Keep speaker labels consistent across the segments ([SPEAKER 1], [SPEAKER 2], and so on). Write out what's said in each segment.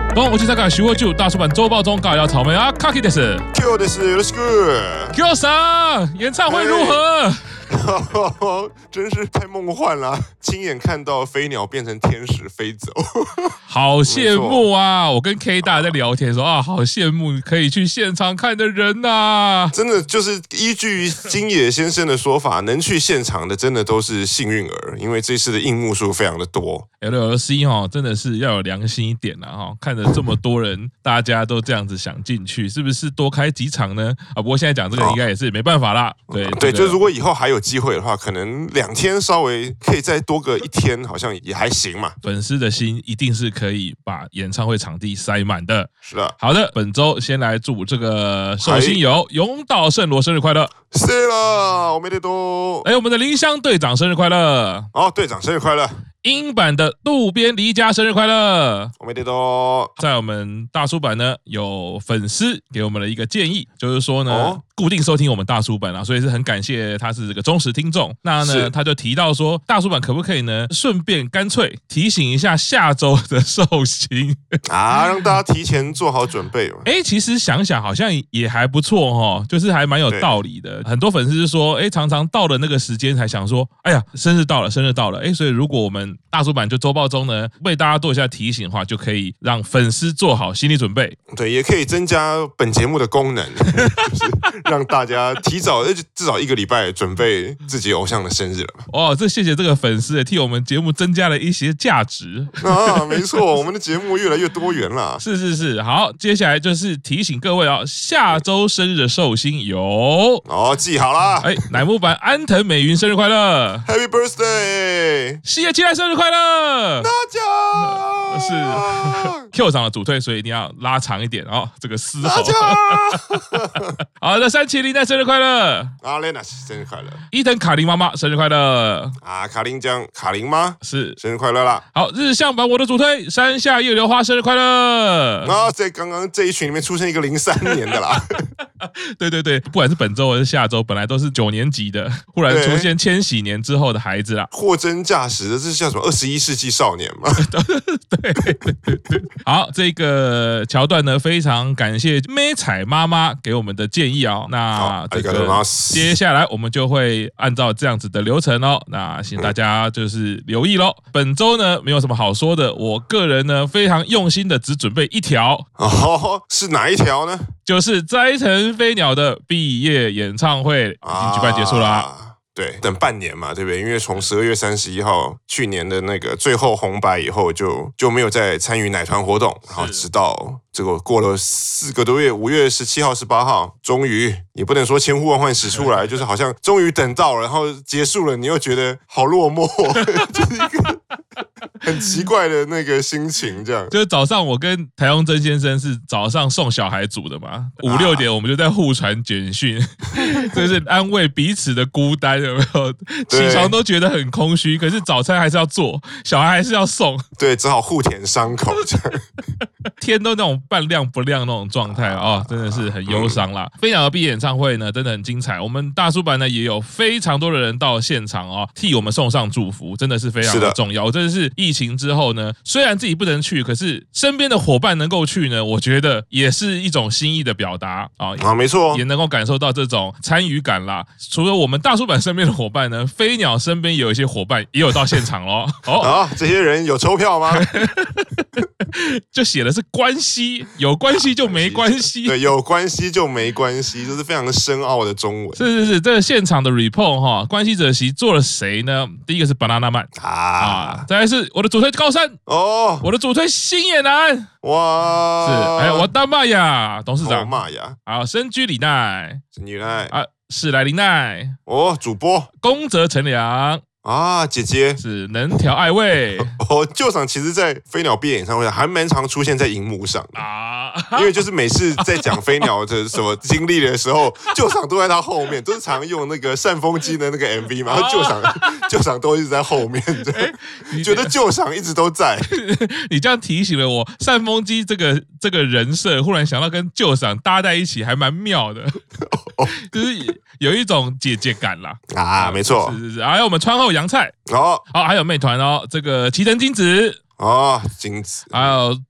[SPEAKER 1] どうも、おじさんが集合中，大叔版周报中搞要草莓啊 ，Kaki です。
[SPEAKER 2] Q です，よろしく。
[SPEAKER 1] Q さん，演唱会如何？
[SPEAKER 2] 真是太梦幻了，亲眼看到飞鸟变成天使飞走，
[SPEAKER 1] 好羡慕啊！我跟 K 大在聊天说啊，好羡慕可以去现场看的人呐。
[SPEAKER 2] 真的就是依据金野先生的说法，能去现场的真的都是幸运儿，因为这次的映幕数非常的多。
[SPEAKER 1] LLC 哈，真的是要有良心一点啦哈！看着这么多人，大家都这样子想进去，是不是多开几场呢？啊，不过现在讲这个应该也是没办法啦。对，
[SPEAKER 2] 就如果以后还有机会的话，可能2天稍微可以再多个1天，好像也还行嘛。
[SPEAKER 1] 粉丝的心一定是可以把演唱会场地塞满的。
[SPEAKER 2] 是的，
[SPEAKER 1] 好的，本周先来祝这个寿星友永岛圣罗生日快乐。
[SPEAKER 2] 是了，おめでとう。
[SPEAKER 1] 我们的林香队长生日快乐。
[SPEAKER 2] 哦，队长生日快乐。
[SPEAKER 1] 英版的渡边梨佳生日快乐！
[SPEAKER 2] おめでとう。
[SPEAKER 1] 在我们大叔版呢，有粉丝给我们的一个建议，就是说呢，固定收听我们大叔版啊，所以是很感谢他是这个忠实听众。那呢，他就提到说，大叔版可不可以呢，顺便干脆提醒一下下周的寿星
[SPEAKER 2] 啊，让大家提前做好准备。
[SPEAKER 1] 其实想想好像也还不错哦，就是还蛮有道理的。很多粉丝是说，常常到了那个时间才想说，哎呀，生日到了，所以如果我们大叔版就周报中呢，为大家做一下提醒的话，就可以让粉丝做好心理准备。
[SPEAKER 2] 对，也可以增加本节目的功能，就是让大家提早至少1个礼拜准备自己偶像的生日了。
[SPEAKER 1] 哦，谢谢这个粉丝替我们节目增加了一些价值
[SPEAKER 2] 啊，没错，我们的节目越来越多元了。
[SPEAKER 1] 是，好，接下来就是提醒各位哦，下周生日的寿星有
[SPEAKER 2] 记好了。
[SPEAKER 1] 乃木坂安藤美云生日快乐
[SPEAKER 2] ，Happy Birthday！
[SPEAKER 1] 西野七濑生日快乐，
[SPEAKER 2] 大家
[SPEAKER 1] 是 Q 场的主推，所以一定要拉长一点哦，这个嘶吼。好的，山崎绫奈生日快乐，
[SPEAKER 2] 莲娜生日快乐，
[SPEAKER 1] 伊藤卡琳妈妈生日快乐
[SPEAKER 2] 啊，卡琳妈
[SPEAKER 1] 是生
[SPEAKER 2] 日快乐啦。
[SPEAKER 1] 好，日向版我的主推山下叶流花生日快乐。
[SPEAKER 2] 在刚刚这一群里面出现一个03年的啦。
[SPEAKER 1] 对，不管是本周还是下周，本来都是9年级的，忽然出现千禧年之后的孩子啦，
[SPEAKER 2] 货真价实的，这是叫什么21世纪少年嘛？
[SPEAKER 1] 对。好，这个桥段呢，非常感谢妹彩妈妈给我们的建议哦。那这个接下来我们就会按照这样子的流程哦。那请大家就是留意咯。本周呢没有什么好说的，我个人呢非常用心的只准备1条。
[SPEAKER 2] 是哪一条呢？
[SPEAKER 1] 就是斋藤飞鸟的毕业演唱会已经举办结束啦。
[SPEAKER 2] 对，等半年嘛，对不对？因为从12月31号去年的那个最后红白以后就没有再参与奶团活动，然后直到这个过了4个多月，5月17号、18号，终于也不能说千呼万唤始出来，就是好像终于等到了，然后结束了，你又觉得好落寞，就是一个很奇怪的那个心情，这样。
[SPEAKER 1] 就是早上我跟台中真先生是早上送小孩组的嘛，5、6点我们就在互传简讯，就是安慰彼此的孤单，有没有？起床都觉得很空虚，可是早餐还是要做，小孩还是要送，
[SPEAKER 2] 对，只好互舔伤口这样。
[SPEAKER 1] 天都那种半亮不亮那种状态啊，真的是很忧伤啦。飞鸟的毕业演唱会呢，真的很精彩。我们大叔版呢也有非常多的人到现场哦，替我们送上祝福，真的是非常的重要。真的是疫情之后呢，虽然自己不能去，可是身边的伙伴能够去呢，我觉得也是一种心意的表达啊。
[SPEAKER 2] 没错，
[SPEAKER 1] 也能够感受到这种参与感啦。除了我们大叔版身边的伙伴呢，飞鸟身边有一些伙伴也有到现场咯。
[SPEAKER 2] 这些人有抽票吗？
[SPEAKER 1] 就写的是关系，有关系就没关系。
[SPEAKER 2] 对，有关系就没关系，这是非常深奥的中文。
[SPEAKER 1] 是，这个现场的 report 关系者席做了谁呢？第一个是 Banana Man 再来是我的主推高山我的主推星野男
[SPEAKER 2] 哇，
[SPEAKER 1] 还有我大玛雅董事长
[SPEAKER 2] 玛雅
[SPEAKER 1] 深居里奈史莱琳奈
[SPEAKER 2] 主播
[SPEAKER 1] 宫泽成良
[SPEAKER 2] 姐姐
[SPEAKER 1] 是能调爱味
[SPEAKER 2] 旧赏其实在飞鸟毕业演唱会上还蛮常出现在荧幕上因为就是每次在讲飞鸟的什么经历的时候，旧赏都在他后面，都是常用那个扇风机的那个 MV 嘛，然后旧赏都一直在后面，觉得旧赏一直都在。
[SPEAKER 1] 你这样提醒了我，扇风机这个人设，忽然想到跟旧赏搭在一起，还蛮妙的，就是有一种姐姐感啦
[SPEAKER 2] 没错，
[SPEAKER 1] 是，还有我们川后洋菜还有妹团这个齐藤金子
[SPEAKER 2] 金子，
[SPEAKER 1] 还有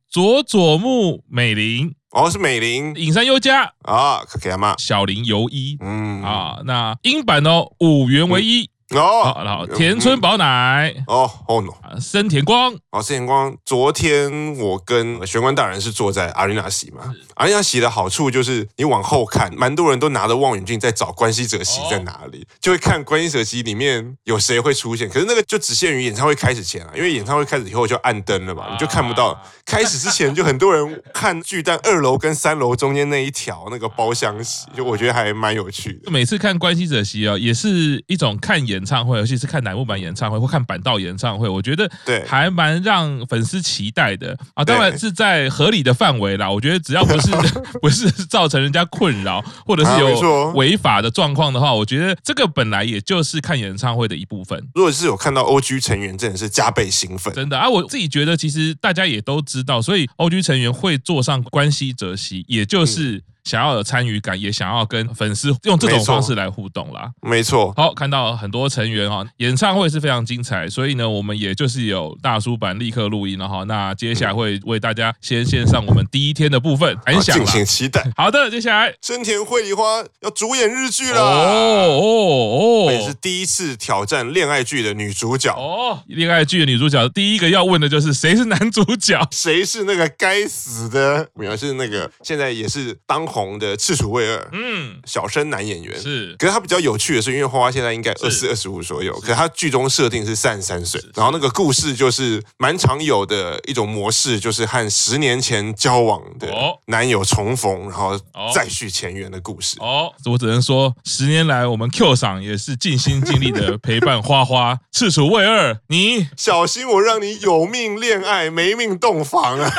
[SPEAKER 1] 佐佐木美玲。
[SPEAKER 2] 是美玲。
[SPEAKER 1] 影山优佳
[SPEAKER 2] 啊，可以吗？
[SPEAKER 1] 小林由一。那英版五原唯一。然后田村宝乃。森田光。
[SPEAKER 2] 森田光。昨天我跟玄关大人是坐在阿丽娜席嘛。阿丽娜席的好处就是你往后看，蛮多人都拿着望远镜在找关西哲席在哪里，就会看关西哲席里面有谁会出现。可是那个就只限于演唱会开始前因为演唱会开始以后就暗灯了嘛，你就看不到。开始之前就很多人看巨蛋2楼跟3楼中间那一条那个包厢席，就我觉得还蛮有趣的。
[SPEAKER 1] 每次看关西哲席也是一种看演唱会，尤其是看乃木坂演唱会或看坂道演唱会，我觉得还蛮让粉丝期待的当然是在合理的范围啦。我觉得只要不是造成人家困扰，或者是有违法的状况的话，我觉得这个本来也就是看演唱会的一部分。
[SPEAKER 2] 如果是有看到 OG 成员，真的是加倍兴奋，
[SPEAKER 1] 真的我自己觉得其实大家也都知道，所以 OG 成员会坐上关西哲席，也就是想要有参与感，也想要跟粉丝用这种方式来互动啦。
[SPEAKER 2] 没错。
[SPEAKER 1] 好，看到很多成员演唱会是非常精彩，所以呢，我们也就是有大叔版立刻录音了那接下来会为大家先献上我们第一天的部分感想，
[SPEAKER 2] 敬请期待。
[SPEAKER 1] 好的，接下来
[SPEAKER 2] 深田绘梨花要主演日剧了也是第一次挑战恋爱剧的女主角
[SPEAKER 1] 恋爱剧的女主角，第一个要问的就是谁是男主角，
[SPEAKER 2] 谁是那个该死的，是那个现在也是当红的赤楚卫二，小生男演员
[SPEAKER 1] 是。
[SPEAKER 2] 可是他比较有趣的是，因为花花现在应该24、25左右，可是他剧中设定是33岁，然后那个故事就是蛮常有的一种模式，就是和10年前交往的男友重逢，然后再续前缘的故事。
[SPEAKER 1] 我只能说10年来我们 Q 赏也是尽心尽力的陪伴花花赤楚卫二，你
[SPEAKER 2] 小心我让你有命恋爱没命洞房啊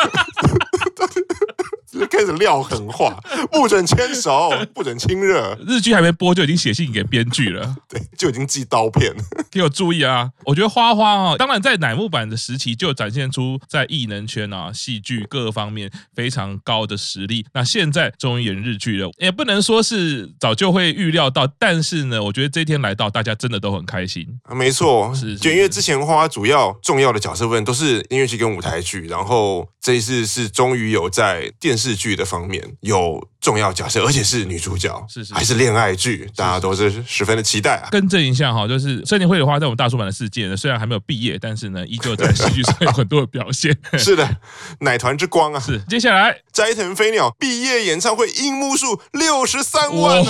[SPEAKER 2] 开始撂狠话，不准牵手，不准亲热。
[SPEAKER 1] 日剧还没播就已经写信给编剧了，
[SPEAKER 2] 对，就已经寄刀片了。
[SPEAKER 1] 给我注意啊！我觉得花花当然在乃木坂的时期就展现出在艺能圈戏剧各方面非常高的实力。那现在终于演日剧了，也不能说是早就会预料到，但是呢，我觉得这一天来到，大家真的都很开心。
[SPEAKER 2] 没错，就因为之前花花主要重要的角色部分都是音乐剧跟舞台剧，然后这一次是终于有在电视剧的方面有重要角色，而且是女主角，还是恋爱剧，大家都是十分的期待
[SPEAKER 1] 更正一下就是深田绘梨花在我们大叔版的世界呢，虽然还没有毕业，但是呢，依旧在戏剧上有很多的表现。
[SPEAKER 2] 是的，奶团之光啊！
[SPEAKER 1] 是。接下来，
[SPEAKER 2] 斋藤飞鸟毕业演唱会樱木数63万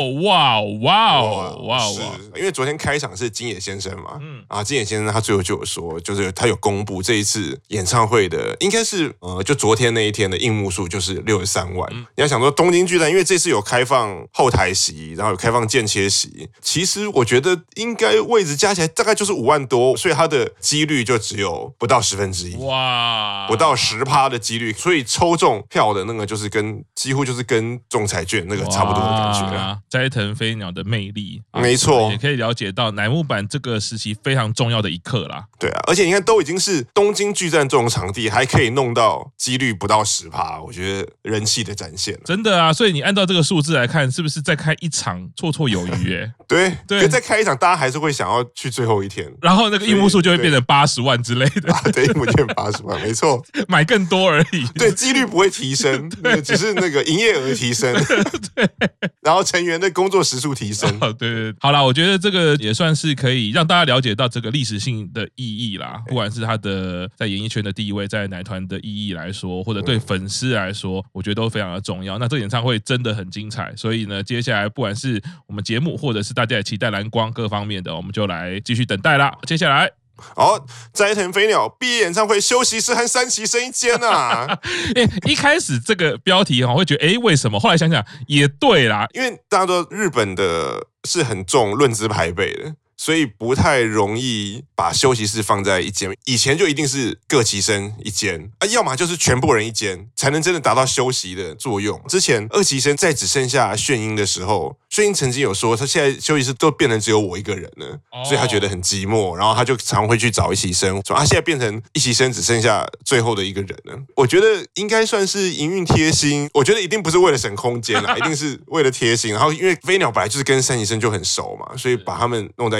[SPEAKER 2] 是因为昨天开场是金野先生嘛，金野先生他最后就有说，就是他有公布这一次演唱会的，应该是就昨天那一天的樱木数就是63万。你要想说东京巨蛋，因为这次有开放后台席，然后有开放间切席，其实我觉得应该位置加起来大概就是5万多，所以它的几率就只有不到1/10，不到10%的几率，所以抽中票的那个就是几乎就是跟中彩券那个差不多的感觉。
[SPEAKER 1] 斋藤飞鸟的魅力，
[SPEAKER 2] 没错，
[SPEAKER 1] 也可以了解到乃木坂这个时期非常重要的一刻啦。
[SPEAKER 2] 对啊，而且你看都已经是东京巨蛋这种场地，还可以弄到几率不到10%，我觉得人气的展现。
[SPEAKER 1] 真的啊，所以你按照这个数字来看，是不是再开一场绰绰有余？
[SPEAKER 2] 对，再开一场，大家还是会想要去最后一天，
[SPEAKER 1] 然后那个樱木数就会变成80万之类的。
[SPEAKER 2] 对，樱木就变80万，没错，
[SPEAKER 1] 买更多而已。
[SPEAKER 2] 对，几率不会提升，只是那个营业额提升，对，然后成员的工作时数提升。
[SPEAKER 1] 对，好啦，我觉得这个也算是可以让大家了解到这个历史性的意义啦，不管是他的在演艺圈的地位，在奶团的意义来说，或者对粉丝来说，我觉得都非常的重要。那这个演唱会真的很精彩，所以呢，接下来不管是我们节目，或者是大家也期待蓝光各方面的，我们就来继续等待啦。接下来。
[SPEAKER 2] 斋藤飞鸟毕业演唱会休息室和3期生一间啊！
[SPEAKER 1] 一开始这个标题会觉得为什么？后来想想也对啦，
[SPEAKER 2] 因为大家都日本的是很重论资排辈的。所以不太容易把休息室放在一间，以前就一定是各期生一间要么就是全部人一间，才能真的达到休息的作用。之前2期生在只剩下炫音的时候，炫音曾经有说，他现在休息室都变成只有我一个人了，所以他觉得很寂寞，然后他就常会去找1期生，说现在变成1期生只剩下最后的一个人了。我觉得应该算是营运贴心，我觉得一定不是为了省空间啦，一定是为了贴心。然后因为飞鸟本来就是跟3期生就很熟嘛，所以把他们弄在一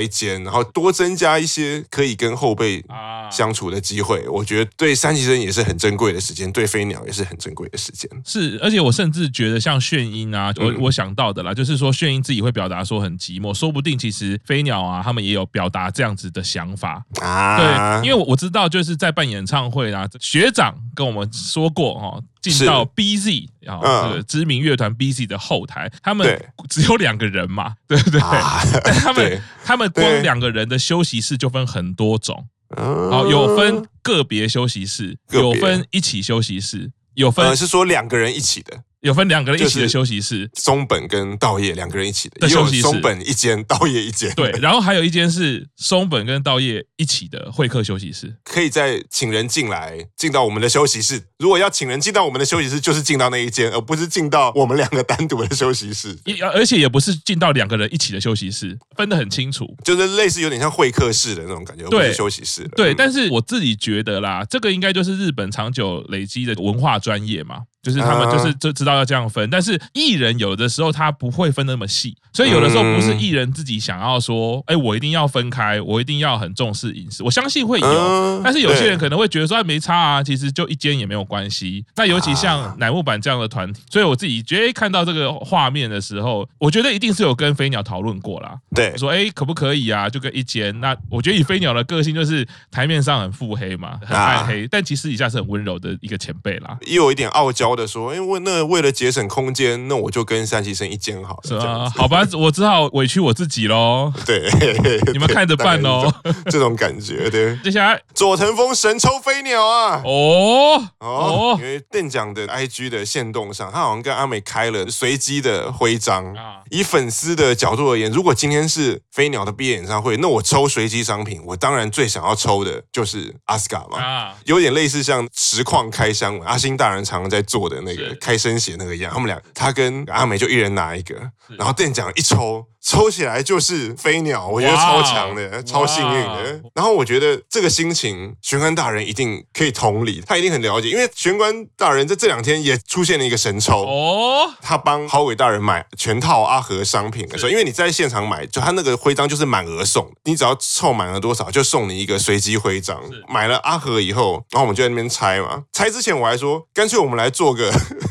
[SPEAKER 2] 肩，然后多增加一些可以跟后辈相处的机会，我觉得对三期生也是很珍贵的时间，对飞鸟也是很珍贵的时间。
[SPEAKER 1] 是，而且我甚至觉得像炫音啊，我想到的啦，就是说炫音自己会表达说很寂寞，说不定其实飞鸟啊，他们也有表达这样子的想法啊。对，因为我知道就是在办演唱会啊，学长跟我们说过哦。进到 BZ 这个知名乐团 BZ 的后台，他们只有2个人嘛，对不对？但他们光2个人的休息室就分很多种，有分个别休息室，有分一起休息室，有分
[SPEAKER 2] 是说2个人一起的。
[SPEAKER 1] 有分2个人一起的休息室，
[SPEAKER 2] 松本跟道叶2个人一起的
[SPEAKER 1] 休息室，
[SPEAKER 2] 松本一间，道叶一间。
[SPEAKER 1] 对，然后还有一间是松本跟道叶一起的会客休息室，
[SPEAKER 2] 可以再请人进到我们的休息室。如果要请人进到我们的休息室，就是进到那一间，而不是进到我们2个单独的休息室。
[SPEAKER 1] 而且也不是进到2个人一起的休息室，分得很清楚，
[SPEAKER 2] 就是类似有点像会客室的那种感觉，而不是休息室。
[SPEAKER 1] 对，但是我自己觉得啦，这个应该就是日本长久累积的文化专业嘛。就是他们就知道要这样分，但是艺人有的时候他不会分那么细，所以有的时候不是艺人自己想要说，我一定要分开，我一定要很重视饮食，我相信会有，但是有些人可能会觉得说没差啊，其实就一间也没有关系。那尤其像乃木坂这样的团体，所以我自己觉得看到这个画面的时候，我觉得一定是有跟飞鸟讨论过啦，
[SPEAKER 2] 对，
[SPEAKER 1] 说可不可以啊，就跟一间。那我觉得以飞鸟的个性就是台面上很腹黑嘛，很暗黑，但其实私底下是很温柔的一个前辈啦，
[SPEAKER 2] 也有一点傲娇的说，为了节省空间，那我就跟三期生一间好了。
[SPEAKER 1] 好吧，我只好委屈我自己咯。
[SPEAKER 2] 对，
[SPEAKER 1] 你们看着办哦，
[SPEAKER 2] 这种感觉。对，
[SPEAKER 1] 接下来
[SPEAKER 2] 佐藤峰神抽飞鸟啊！因为店长的 IG 的限动上，他好像跟阿美开了随机的徽章。以粉丝的角度而言，如果今天是飞鸟的毕业演唱会，那我抽随机商品，我当然最想要抽的就是阿斯卡嘛。有点类似像实况开箱，阿星大人常常在做的那个开生鞋那个一样，他跟阿美就一人拿一个，然后店长一抽起来就是飞鸟，我觉得超强的，超幸运的。然后我觉得这个心情，玄关大人一定可以同理，他一定很了解，因为玄关大人在这2天也出现了一个神抽他帮好伟大人买全套阿和商品的时候，因为你在现场买，就他那个徽章就是满额送，你只要凑满了多少就送你一个随机徽章。买了阿和以后，然后我们就在那边拆嘛，拆之前我还说，干脆我们来做个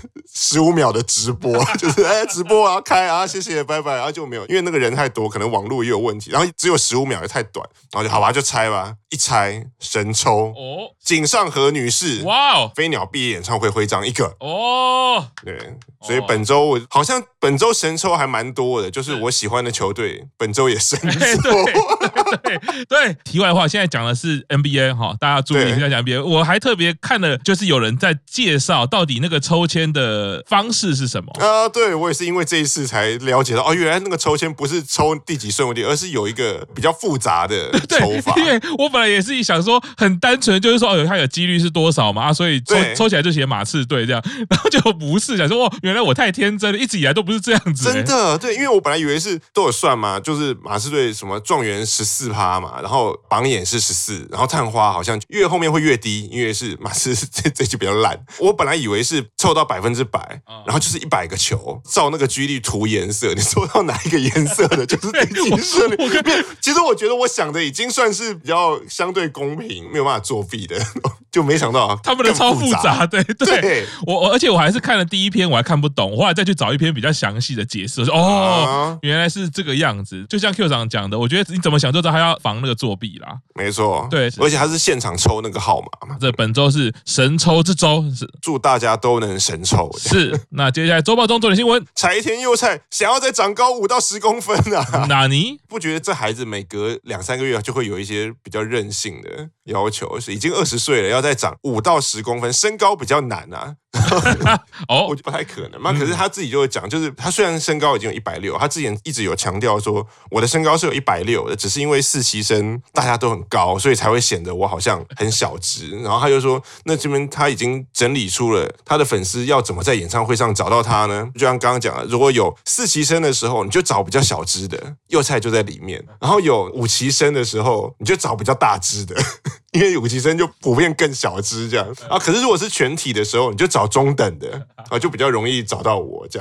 [SPEAKER 2] 15秒的直播，就是直播啊，开啊，谢谢，拜拜，然后就没有，因为那个人太多，可能网络也有问题，然后只有15秒也太短，然后就好吧，就拆吧，一拆神抽井上和女士，飞鸟毕业演唱会徽章1个对，所以本周好像神抽还蛮多的，就是我喜欢的球队本周也神抽。
[SPEAKER 1] 对，题外话，现在讲的是 NBA 哈，大家注意现在讲 NBA， 我还特别看了，就是有人在介绍到底那个抽签的方式是什么
[SPEAKER 2] 对，我也是因为这一次才了解到，原来那个抽签不是抽第几顺位，而是有一个比较复杂的抽法。
[SPEAKER 1] 因为我本来也是想说很单纯，就是说它有几率是多少嘛，所以抽起来就写马刺队这样，然后就不是想说原来我太天真了，一直以来都不是这样子。
[SPEAKER 2] 真的，对，因为我本来以为是都有算嘛，就是马刺队什么状元14%嘛，然后榜眼是14%，然后探花好像越后面会越低，因为是马刺这就比较烂。我本来以为是凑到100%，然后就是100个球，照那个几率涂颜色，你抽到哪一个颜色的，就是第几顺利。其实我觉得我想的已经算是比较相对公平，没有办法作弊的，就没想到
[SPEAKER 1] 他们的超复杂。对，而且我还是看了第一篇，我还看不懂，我后来再去找一篇比较详细的解释，说原来是这个样子。就像 Q 长讲的，我觉得你怎么想就知道他要防那个作弊啦。
[SPEAKER 2] 没错，
[SPEAKER 1] 对，
[SPEAKER 2] 而且他是现场抽那个号码嘛。
[SPEAKER 1] 这本周是神抽之周，
[SPEAKER 2] 祝大家都能神抽。
[SPEAKER 1] 是，那接下来周报中重点新闻，
[SPEAKER 2] 柴田佑菜想要再长高5到10公分啊！
[SPEAKER 1] 哪尼
[SPEAKER 2] 不觉得这孩子每隔2-3个月就会有一些比较任性的要求，是已经20岁了，要再长5到10公分，身高比较难啊。我觉得不太可能嘛。可是他自己就会讲，就是他虽然身高已经有160，他之前一直有强调说，我的身高是有160的，只是因为4期生大家都很高，所以才会显得我好像很小只。然后他就说，那这边他已经整理出了他的粉丝要怎么在演唱会上找到他呢？就像刚刚讲的，如果有4期生的时候，你就找比较小只的，幼菜就在里面；然后有5期生的时候，你就找比较大只的。因为5期生就普遍更小只这样啊，可是如果是全体的时候，你就找中等的啊，就比较容易找到我这样。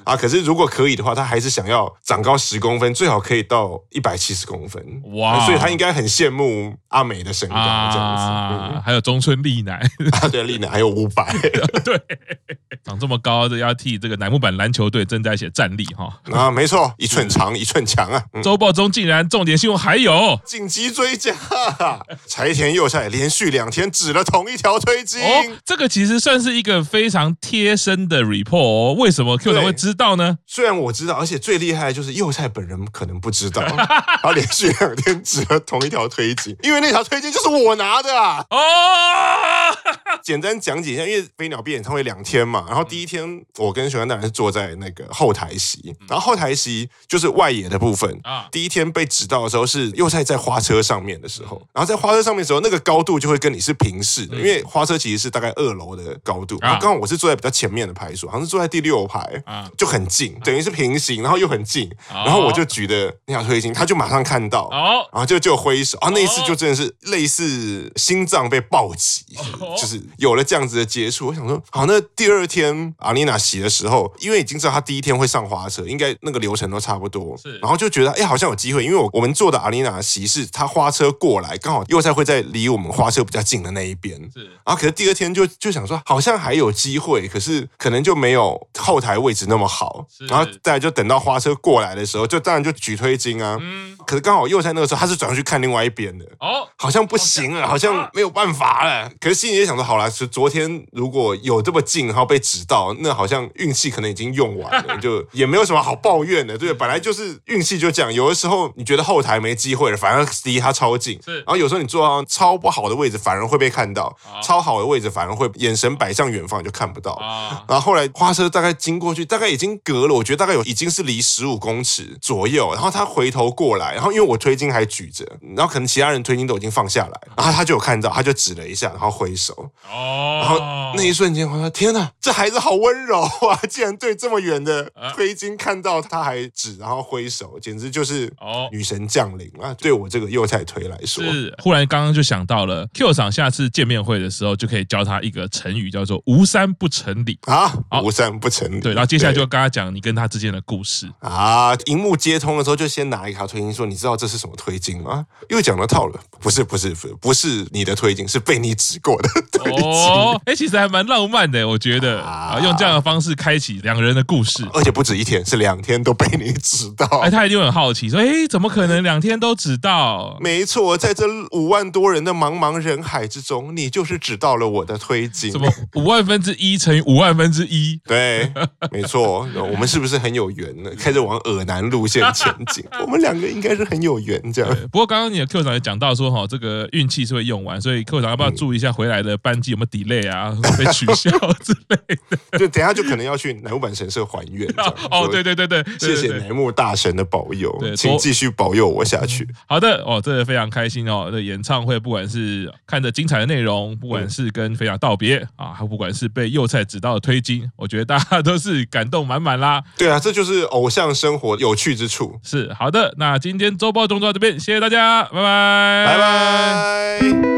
[SPEAKER 2] 啊。可是如果可以的话，他还是想要长高10公分，最好可以到170公分。哇！所以他应该很羡慕阿美的身高这样子。
[SPEAKER 1] 还有中村丽乃
[SPEAKER 2] 啊，对，丽乃还有500，
[SPEAKER 1] 对，长这么高，这要替这个乃木坂篮球队正在写战力哈。
[SPEAKER 2] 啊，没错，一寸长一寸强啊。
[SPEAKER 1] 周报中竟然重点新闻还有
[SPEAKER 2] 紧急追加，柴田佑菜连续2天指了同一条推进。
[SPEAKER 1] 这个其实算是一个非常贴身的 report。为什么 Q 长会知道呢？
[SPEAKER 2] 虽然我知道，而且最厉害的就是佑菜本人可能不知道，他连续2天指了同一条推进，因为那条推进就是我拿的啊。简单讲解一下，因为飞鸟闭演唱会2天嘛，然后第一天我跟熊安当然是坐在那个后台席，然后后台席就是外野的部分啊。第一天被指到的时候是佑菜在花车上面的时候，然后在花车上面的时候，那个高度就会跟你是平视的，因为花车其实是大概2楼的高度，然后刚好我是坐在比较前面的排数，好像是坐在第6排，就很近，等于是平行，然后又很近，然后我就举的那条推进，他就马上看到，然后就挥手，那一次就真的是类似心脏被暴击，就是有了这样子的接触。我想说，好，那第2天阿丽娜洗的时候，因为已经知道他第一天会上花车，应该那个流程都差不多，然后就觉得好像有机会，因为我们坐的阿丽娜席是他花车过来，刚好佑菜会在离我们花车比较近的那一边，然后可是第2天就想说，好像还有机会，可是可能就没有后台位置那么好，然后再来就等到花车过来的时候，就当然就举推进啊，可是刚好佑菜那个时候他是转过去看另外一边的，好像不行了，好像没有办法了，可是心里也想说，好啦，是昨天如果有这么近，然后被指到，那好像运气可能已经用完了，就也没有什么好抱怨的，对，本来就是运气就这样，有的时候你觉得后台没机会了，反而离他超近，然后有时候你坐到超不好的位置，反而会被看到，超好的位置反而会眼神摆向远方，你就看不到。然后后来花车大概经过去，大概已经隔了，我觉得大概已经是离15公尺左右，然后他回头过来，然后因为我推进还举着，然后可能其他人推进都已经放下来，然后他就有看到，他就指了一下，然后挥手，然后那一瞬间我说天哪，这孩子好温柔啊，竟然对这么远的推进看到他还指，然后挥手，简直就是女神降临啊！对我这个幼菜推来说，
[SPEAKER 1] 是忽然刚刚就想到了 Q 厂下次见面会的时候就可以教他一个成语，叫做无三不成礼
[SPEAKER 2] 啊，无三不成礼。
[SPEAKER 1] 对，然后接下来就跟他讲你跟他之间的故事
[SPEAKER 2] 啊。荧幕接通的时候就先拿一条推进说，你知道这是什么推进吗？又讲了套了，不是你的推进，是被你指过的推进。
[SPEAKER 1] 其实还蛮浪漫的，我觉得用这样的方式开启2个人的故事，
[SPEAKER 2] 而且不止1天，是2天都被你指到。
[SPEAKER 1] 他一定很好奇说，怎么可能2天都指到？
[SPEAKER 2] 没错，在这5万多人的茫茫人海之中，你就是指到了我的推进。
[SPEAKER 1] 什么5万分之一乘以5万分之一？
[SPEAKER 2] 对，没错，我们是不是很有缘呢？开始往尔南路线前进，我们2个应该是很有缘这样。
[SPEAKER 1] 不过刚刚你的 Q 长也讲到说，这个运气是会用完，所以 Q 长要不要注意一下回来的班机有没有 delay 啊，被取消之类的？
[SPEAKER 2] 就等一下就可能要去乃木坂神社还愿。
[SPEAKER 1] 对，
[SPEAKER 2] 谢谢乃木大神的保佑，请继续保佑我下去。
[SPEAKER 1] 好的这个非常开心这演唱会不管是看着精彩的内容，不管是跟飞鸟道别还不管是被幼菜指到的推进，我觉得大家都是感动满满啦。
[SPEAKER 2] 对啊，这就是偶像生活有趣之处。
[SPEAKER 1] 是好的，那今天周报中到这边，谢谢大家，拜拜，
[SPEAKER 2] 拜拜。